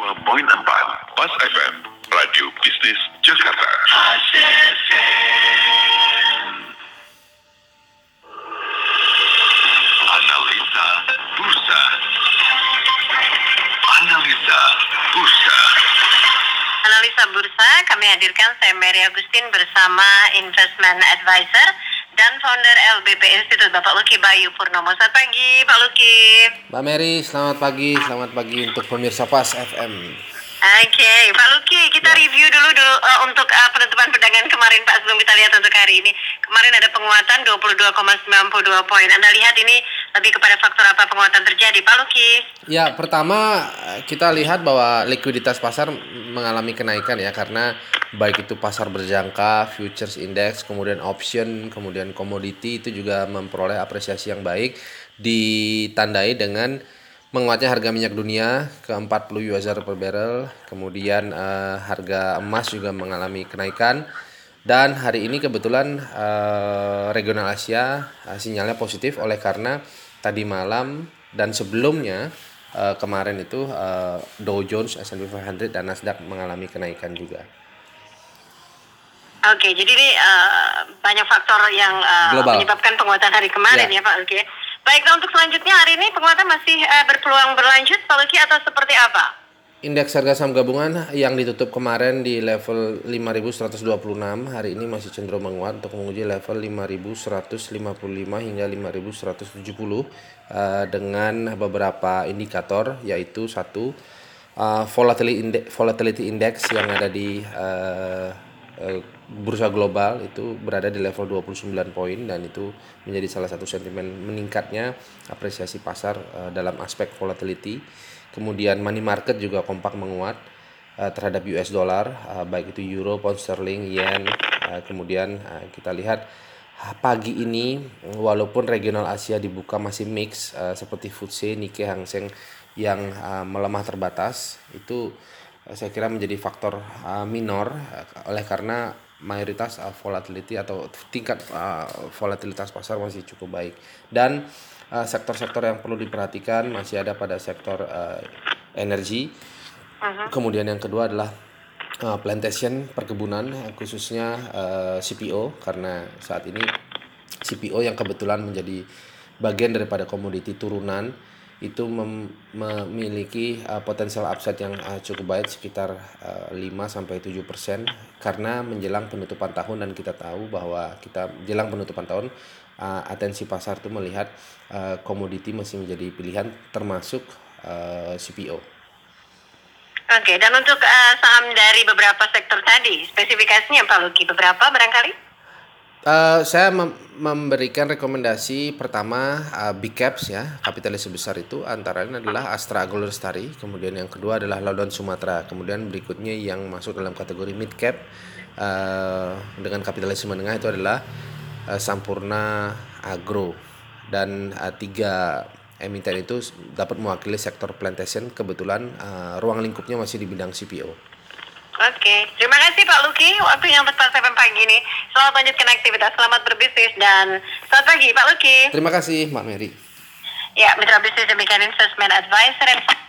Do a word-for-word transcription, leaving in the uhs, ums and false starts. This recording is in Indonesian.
lima koma empat Pas F M, Radio Bisnis Jakarta. Analisa Bursa. Analisa Bursa. Analisa bursa kami hadirkan, saya Mary Agustin bersama Investment Advisor dan founder L B P Institute, Bapak Luki Bayu Purnomo. Selamat pagi, Pak Luki. Mbak Mary, selamat pagi, selamat pagi untuk pemirsa Pas F M. Oke, okay. Pak Luki, kita ya. review dulu dulu uh, untuk uh, penutupan perdagangan kemarin, Pak, sebelum kita lihat untuk hari ini. Kemarin ada penguatan dua puluh dua koma sembilan dua poin. Anda lihat ini lebih kepada faktor apa penguatan terjadi, Pak Luki? Ya, pertama kita lihat bahwa likuiditas pasar mengalami kenaikan ya, karena baik itu pasar berjangka, futures index, kemudian option, kemudian komoditi itu juga memperoleh apresiasi yang baik, ditandai dengan menguatnya harga minyak dunia ke empat puluh U S dollar per barrel, kemudian uh, harga emas juga mengalami kenaikan, dan hari ini kebetulan uh, regional Asia uh, sinyalnya positif oleh karena tadi malam dan sebelumnya uh, kemarin itu uh, Dow Jones, S and P lima ratus dan Nasdaq mengalami kenaikan juga. Oke, jadi ini uh, banyak faktor yang uh, menyebabkan penguatan hari kemarin ya, ya Pak Luki. Baik, nah untuk selanjutnya hari ini penguatan masih uh, berpeluang berlanjut, Pak Luki, atau seperti apa? Indeks harga saham gabungan yang ditutup kemarin di level lima ribu seratus dua puluh enam, hari ini masih cenderung menguat untuk menguji level lima ribu seratus lima puluh lima hingga lima ribu seratus tujuh puluh uh, dengan beberapa indikator, yaitu satu uh, volatility index, volatility index yang ada di uh, uh, bursa global itu berada di level dua puluh sembilan poin, dan itu menjadi salah satu sentimen meningkatnya apresiasi pasar uh, dalam aspek volatility. Kemudian money market juga kompak menguat uh, terhadap U S dollar, uh, baik itu euro, pound sterling, yen. Uh, kemudian uh, kita lihat uh, pagi ini walaupun regional Asia dibuka masih mix uh, seperti F T S E, Nikkei, Hang Seng yang uh, melemah terbatas, itu uh, saya kira menjadi faktor uh, minor uh, oleh karena mayoritas uh, volatility atau tingkat uh, volatilitas pasar masih cukup baik. Dan uh, sektor-sektor yang perlu diperhatikan masih ada pada sektor uh, energi. Uh-huh. Kemudian yang kedua adalah uh, plantation, perkebunan, khususnya uh, C P O, karena saat ini C P O yang kebetulan menjadi bagian daripada komoditi turunan itu mem- memiliki uh, potensial upside yang uh, cukup baik, sekitar uh, lima sampai tujuh persen, karena menjelang penutupan tahun, dan kita tahu bahwa kita jelang penutupan tahun uh, atensi pasar itu melihat uh, komoditi masih menjadi pilihan, termasuk uh, C P O. Oke, dan untuk uh, saham dari beberapa sektor tadi, spesifikasinya Pak Luki, beberapa barangkali? Uh, saya mem- memberikan rekomendasi pertama uh, big caps ya, kapitalis sebesar itu antara lain adalah Astra Agro Lestari, kemudian yang kedua adalah Laudan Sumatera, kemudian berikutnya yang masuk dalam kategori mid cap uh, dengan kapitalis menengah itu adalah uh, Sampurna Agro, dan uh, tiga emiten itu dapat mewakili sektor plantation. Kebetulan uh, ruang lingkupnya masih di bidang C P O. Oke, terima kasih Pak Luki, waktu yang tepat sampai pagi ini. Selamat lanjutkan aktivitas, selamat berbisnis, dan selamat pagi Pak Luki. Terima kasih Mbak Mary. Ya, mitra bisnis demikian Investment Advisor.